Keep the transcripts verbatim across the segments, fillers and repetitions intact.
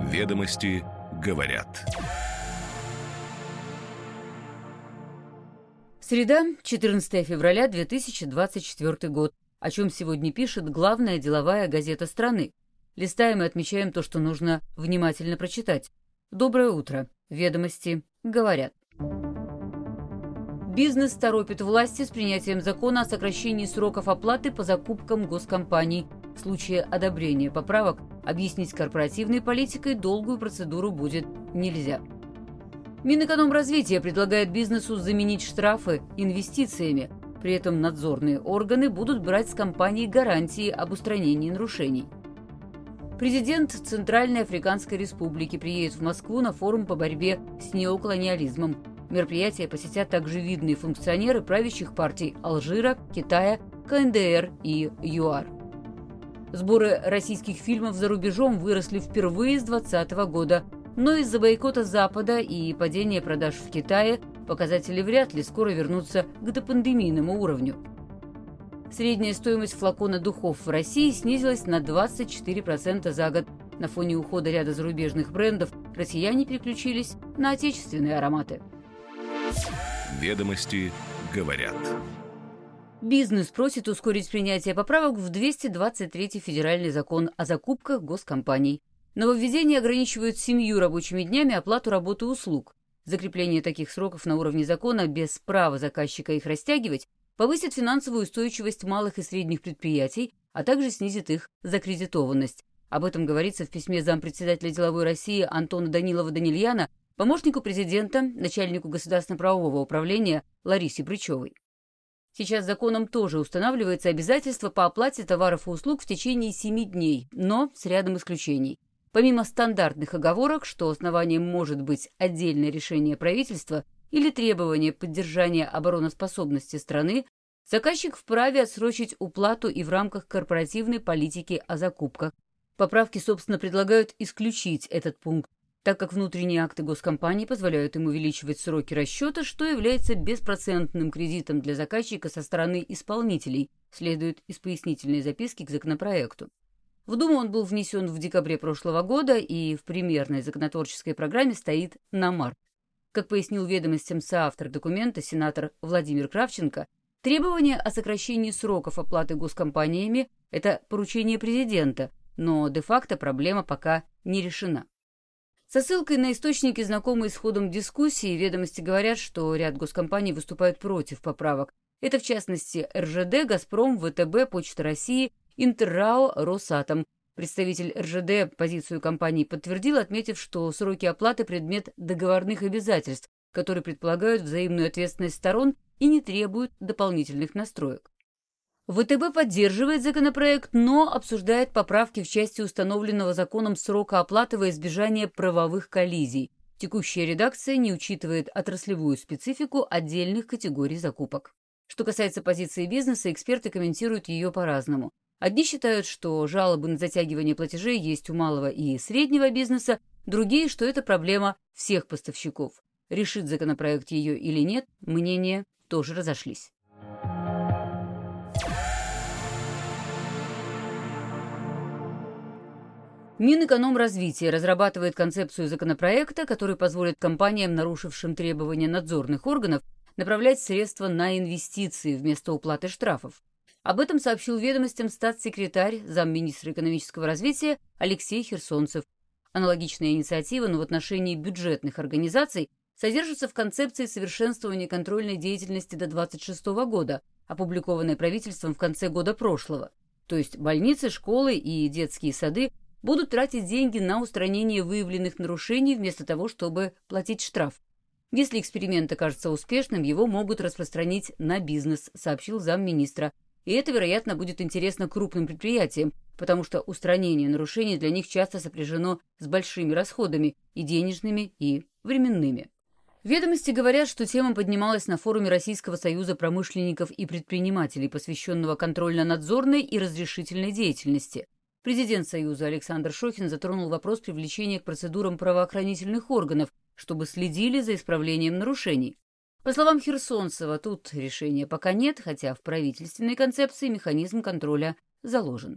Ведомости говорят. Среда, четырнадцатое февраля две тысячи двадцать четвёртый год. О чем сегодня пишет главная деловая газета страны. Листаем и отмечаем то, что нужно внимательно прочитать. Доброе утро. Ведомости говорят. Бизнес торопит власти с принятием закона о сокращении сроков оплаты по закупкам госкомпаний. В случае одобрения поправок объяснить корпоративной политикой долгую процедуру будет нельзя. Минэкономразвития предлагает бизнесу заменить штрафы инвестициями. При этом надзорные органы будут брать с компаний гарантии об устранении нарушений. Президент Центральной Африканской Республики приедет в Москву на форум по борьбе с неоколониализмом. Мероприятие посетят также видные функционеры правящих партий Алжира, Китая, ка эн дэ эр и ЮАР. Сборы российских фильмов за рубежом выросли впервые с двадцатого года, но из-за бойкота Запада и падения продаж в Китае показатели вряд ли скоро вернутся к допандемийному уровню. Средняя стоимость флакона духов в России снизилась на двадцать четыре процента за год. На фоне ухода ряда зарубежных брендов россияне переключились на отечественные ароматы. Ведомости говорят. Бизнес просит ускорить принятие поправок в двести двадцать третий федеральный закон о закупках госкомпаний. Нововведения ограничивают семью рабочими днями оплату работы и услуг. Закрепление таких сроков на уровне закона без права заказчика их растягивать повысит финансовую устойчивость малых и средних предприятий, а также снизит их закредитованность. Об этом говорится в письме зампредседателя деловой России Антона Данилова-Данильяна помощнику президента, начальнику государственно-правового управления Ларисе Брычевой. Сейчас законом тоже устанавливается обязательство по оплате товаров и услуг в течение семи дней, но с рядом исключений. Помимо стандартных оговорок, что основанием может быть отдельное решение правительства или требование поддержания обороноспособности страны, заказчик вправе отсрочить уплату и в рамках корпоративной политики о закупках. Поправки, собственно, предлагают исключить этот пункт, так как внутренние акты госкомпании позволяют им увеличивать сроки расчета, что является беспроцентным кредитом для заказчика со стороны исполнителей, следует из пояснительной записки к законопроекту. В Думу он был внесен в декабре прошлого года и в примерной законотворческой программе стоит на март. Как пояснил ведомостям соавтор документа сенатор Владимир Кравченко, требование о сокращении сроков оплаты госкомпаниями – это поручение президента, но де-факто проблема пока не решена. Со ссылкой на источники, знакомые с ходом дискуссии, ведомости говорят, что ряд госкомпаний выступают против поправок. Это, в частности, эр жэ дэ, «Газпром», вэ тэ бэ, Почта России, Интеррао, Росатом. Представитель эр жэ дэ позицию компании подтвердил, отметив, что сроки оплаты – предмет договорных обязательств, которые предполагают взаимную ответственность сторон и не требуют дополнительных настроек. вэ тэ бэ поддерживает законопроект, но обсуждает поправки в части установленного законом срока оплаты во избежание правовых коллизий. Текущая редакция не учитывает отраслевую специфику отдельных категорий закупок. Что касается позиции бизнеса, эксперты комментируют ее по-разному. Одни считают, что жалобы на затягивание платежей есть у малого и среднего бизнеса, другие, что это проблема всех поставщиков. Решит законопроект ее или нет, мнения тоже разошлись. Минэкономразвития разрабатывает концепцию законопроекта, который позволит компаниям, нарушившим требования надзорных органов, направлять средства на инвестиции вместо уплаты штрафов. Об этом сообщил ведомостям статс-секретарь, замминистра экономического развития Алексей Херсонцев. Аналогичная инициатива, но в отношении бюджетных организаций, содержится в концепции совершенствования контрольной деятельности до две тысячи двадцать шестого года, опубликованной правительством в конце года прошлого. То есть больницы, школы и детские сады будут тратить деньги на устранение выявленных нарушений вместо того, чтобы платить штраф. Если эксперимент окажется успешным, его могут распространить на бизнес, сообщил замминистра. И это, вероятно, будет интересно крупным предприятиям, потому что устранение нарушений для них часто сопряжено с большими расходами и денежными, и временными. Ведомости говорят, что тема поднималась на форуме Российского союза промышленников и предпринимателей, посвященного контрольно-надзорной и разрешительной деятельности. Президент Союза Александр Шохин затронул вопрос привлечения к процедурам правоохранительных органов, чтобы следили за исправлением нарушений. По словам Херсонцева, тут решения пока нет, хотя в правительственной концепции механизм контроля заложен.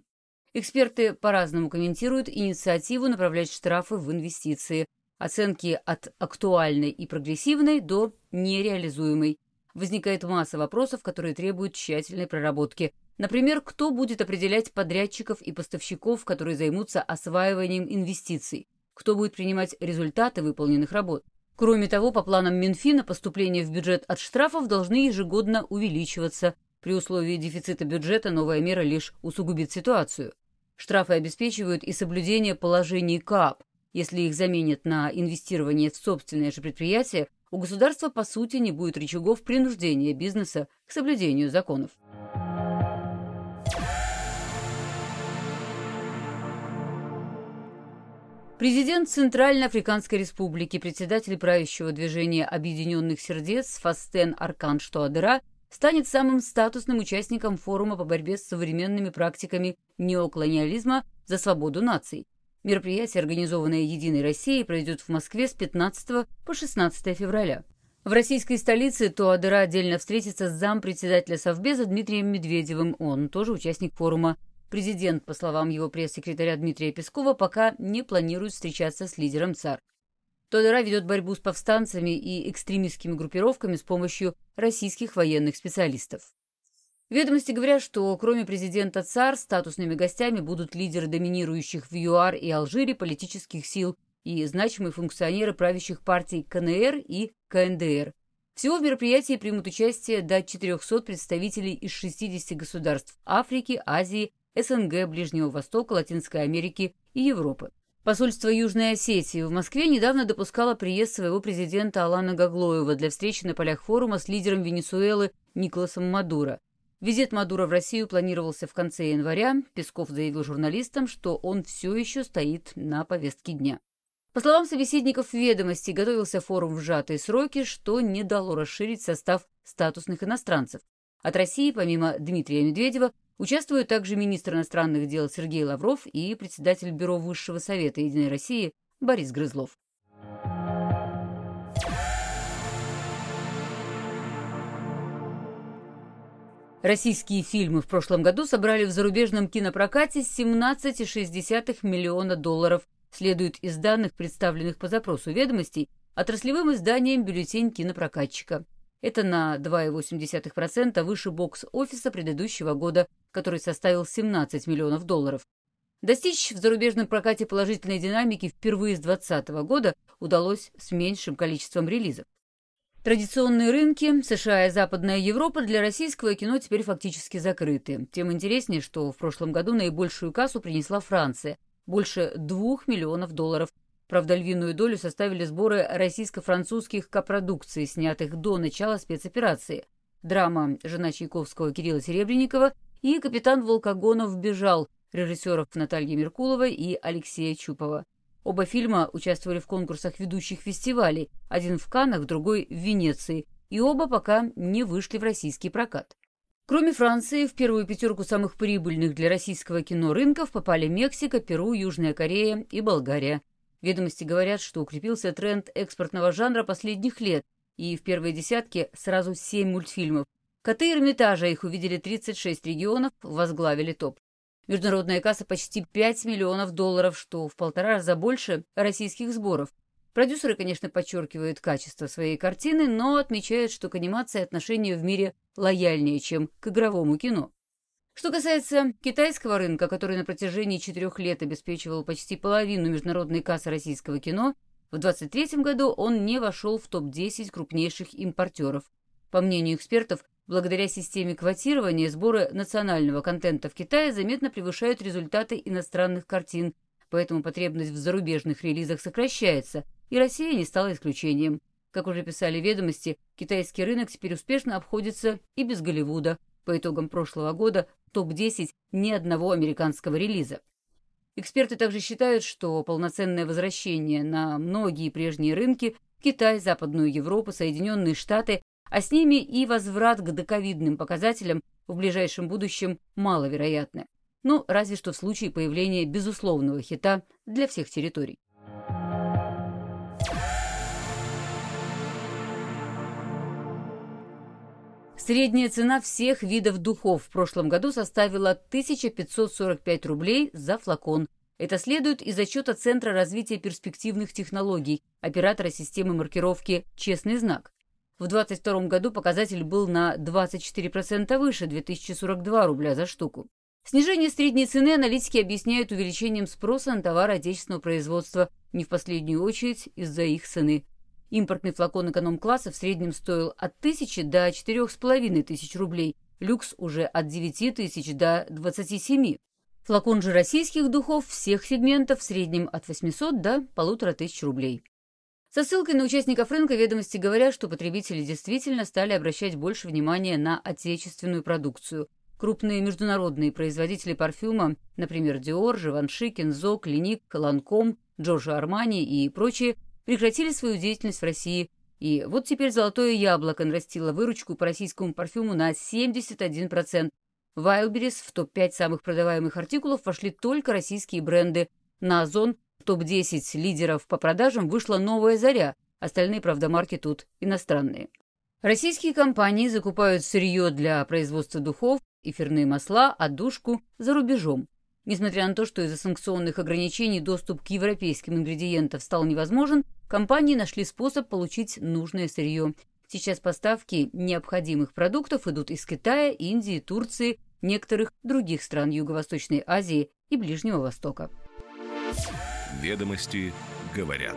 Эксперты по-разному комментируют инициативу направлять штрафы в инвестиции. Оценки от актуальной и прогрессивной до нереализуемой. Возникает масса вопросов, которые требуют тщательной проработки. Например, кто будет определять подрядчиков и поставщиков, которые займутся осваиванием инвестиций? Кто будет принимать результаты выполненных работ? Кроме того, по планам Минфина, поступления в бюджет от штрафов должны ежегодно увеличиваться. При условии дефицита бюджета новая мера лишь усугубит ситуацию. Штрафы обеспечивают и соблюдение положений КАП. Если их заменят на инвестирование в собственное же предприятие, у государства, по сути, не будет рычагов принуждения бизнеса к соблюдению законов. Президент Центральноафриканской Республики, председатель правящего движения Объединенных Сердец Фастен Аркан Туадера станет самым статусным участником форума по борьбе с современными практиками неоколониализма за свободу наций. Мероприятие, организованное «Единой Россией», пройдет в Москве с пятнадцатого по шестнадцатое февраля. В российской столице Туадера отдельно встретится с зампредседателя Совбеза Дмитрием Медведевым, он тоже участник форума. Президент, по словам его пресс-секретаря Дмитрия Пескова, пока не планирует встречаться с лидером ЦАР. Туадера ведет борьбу с повстанцами и экстремистскими группировками с помощью российских военных специалистов. Ведомости говорят, что кроме президента ЦАР статусными гостями будут лидеры доминирующих в ЮАР и Алжире политических сил и значимые функционеры правящих партий КНР и КНДР. Всего в мероприятии примут участие до четырехсот представителей из шестидесяти государств Африки, Азии, СНГ, Ближнего Востока, Латинской Америки и Европы. Посольство Южной Осетии в Москве недавно допускало приезд своего президента Алана Гаглоева для встречи на полях форума с лидером Венесуэлы Николасом Мадуро. Визит Мадуро в Россию планировался в конце января. Песков заявил журналистам, что он все еще стоит на повестке дня. По словам собеседников «Ведомостей», готовился форум в сжатые сроки, что не дало расширить состав статусных иностранцев. От России, помимо Дмитрия Медведева, участвуют также министр иностранных дел Сергей Лавров и председатель Бюро Высшего Совета Единой России Борис Грызлов. Российские фильмы в прошлом году собрали в зарубежном кинопрокате семнадцать целых шесть десятых миллиона долларов, следует из данных, представленных по запросу «Ведомостей» отраслевым изданием «Бюллетень кинопрокатчика». Это на два целых восемь десятых процента выше бокс-офиса предыдущего года, который составил семнадцать миллионов долларов. Достичь в зарубежном прокате положительной динамики впервые с двадцатого года удалось с меньшим количеством релизов. Традиционные рынки США и Западная Европа для российского кино теперь фактически закрыты. Тем интереснее, что в прошлом году наибольшую кассу принесла Франция – больше двух миллионов долларов. Правда, львиную долю составили сборы российско-французских копродукций, снятых до начала спецоперации. Драма «Жена Чайковского» Кирилла Серебренникова и «Капитан Волкогонов бежал» режиссеров Натальи Меркуловой и Алексея Чупова. Оба фильма участвовали в конкурсах ведущих фестивалей, один в Каннах, другой в Венеции, и оба пока не вышли в российский прокат. Кроме Франции, в первую пятерку самых прибыльных для российского кино рынков попали Мексика, Перу, Южная Корея и Болгария. Ведомости говорят, что укрепился тренд экспортного жанра последних лет, и в первой десятке сразу семь мультфильмов. «Коты Эрмитажа», их увидели тридцать шесть регионов, возглавили топ. Международная касса почти пять миллионов долларов, что в полтора раза больше российских сборов. Продюсеры, конечно, подчеркивают качество своей картины, но отмечают, что к анимации отношение в мире лояльнее, чем к игровому кино. Что касается китайского рынка, который на протяжении четырех лет обеспечивал почти половину международной кассы российского кино, в двадцать третьем году он не вошел в топ десять крупнейших импортеров. По мнению экспертов, благодаря системе квотирования сборы национального контента в Китае заметно превышают результаты иностранных картин, поэтому потребность в зарубежных релизах сокращается, и Россия не стала исключением. Как уже писали «Ведомости», китайский рынок теперь успешно обходится и без Голливуда. По итогам прошлого года топ десять ни одного американского релиза. Эксперты также считают, что полноценное возвращение на многие прежние рынки – Китай, Западную Европу, Соединенные Штаты, а с ними и возврат к доковидным показателям в ближайшем будущем маловероятны. Ну, разве что в случае появления безусловного хита для всех территорий. С Средняя цена всех видов духов в прошлом году составила тысяча пятьсот сорок пять рублей за флакон. Это следует из отчета Центра развития перспективных технологий, оператора системы маркировки «Честный знак». В две тысячи двадцать втором году показатель был на двадцать четыре процента выше – две тысячи сорок два рубля за штуку. Снижение средней цены аналитики объясняют увеличением спроса на товары отечественного производства, не в последнюю очередь из-за их цены. Импортный флакон эконом-класса в среднем стоил от тысячи до четырех с половиной тысяч рублей, люкс уже от девяти тысяч до двадцати семи. Флакон же российских духов всех сегментов в среднем от восьмисот до полутора тысяч рублей. Со ссылкой на участников рынка ведомости говорят, что потребители действительно стали обращать больше внимания на отечественную продукцию. Крупные международные производители парфюма, например, Dior, Givenchy, Kenzo, Clinique, Lancôme, Giorgio Armani и прочие, прекратили свою деятельность в России. И вот теперь золотое яблоко нарастило выручку по российскому парфюму на семьдесят один процент. В Wildberries в топ пять самых продаваемых артикулов вошли только российские бренды. На Озон в топ десять лидеров по продажам вышла «Новая Заря», остальные, правда, марки тут иностранные. Российские компании закупают сырье для производства духов, эфирные масла, отдушку за рубежом. Несмотря на то, что из-за санкционных ограничений доступ к европейским ингредиентам стал невозможен, компании нашли способ получить нужное сырье. Сейчас поставки необходимых продуктов идут из Китая, Индии, Турции, некоторых других стран Юго-Восточной Азии и Ближнего Востока. Ведомости говорят.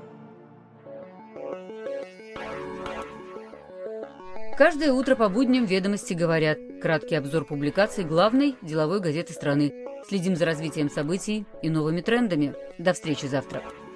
Каждое утро по будням «Ведомости говорят». Краткий обзор публикаций главной деловой газеты страны. Следим за развитием событий и новыми трендами. До встречи завтра.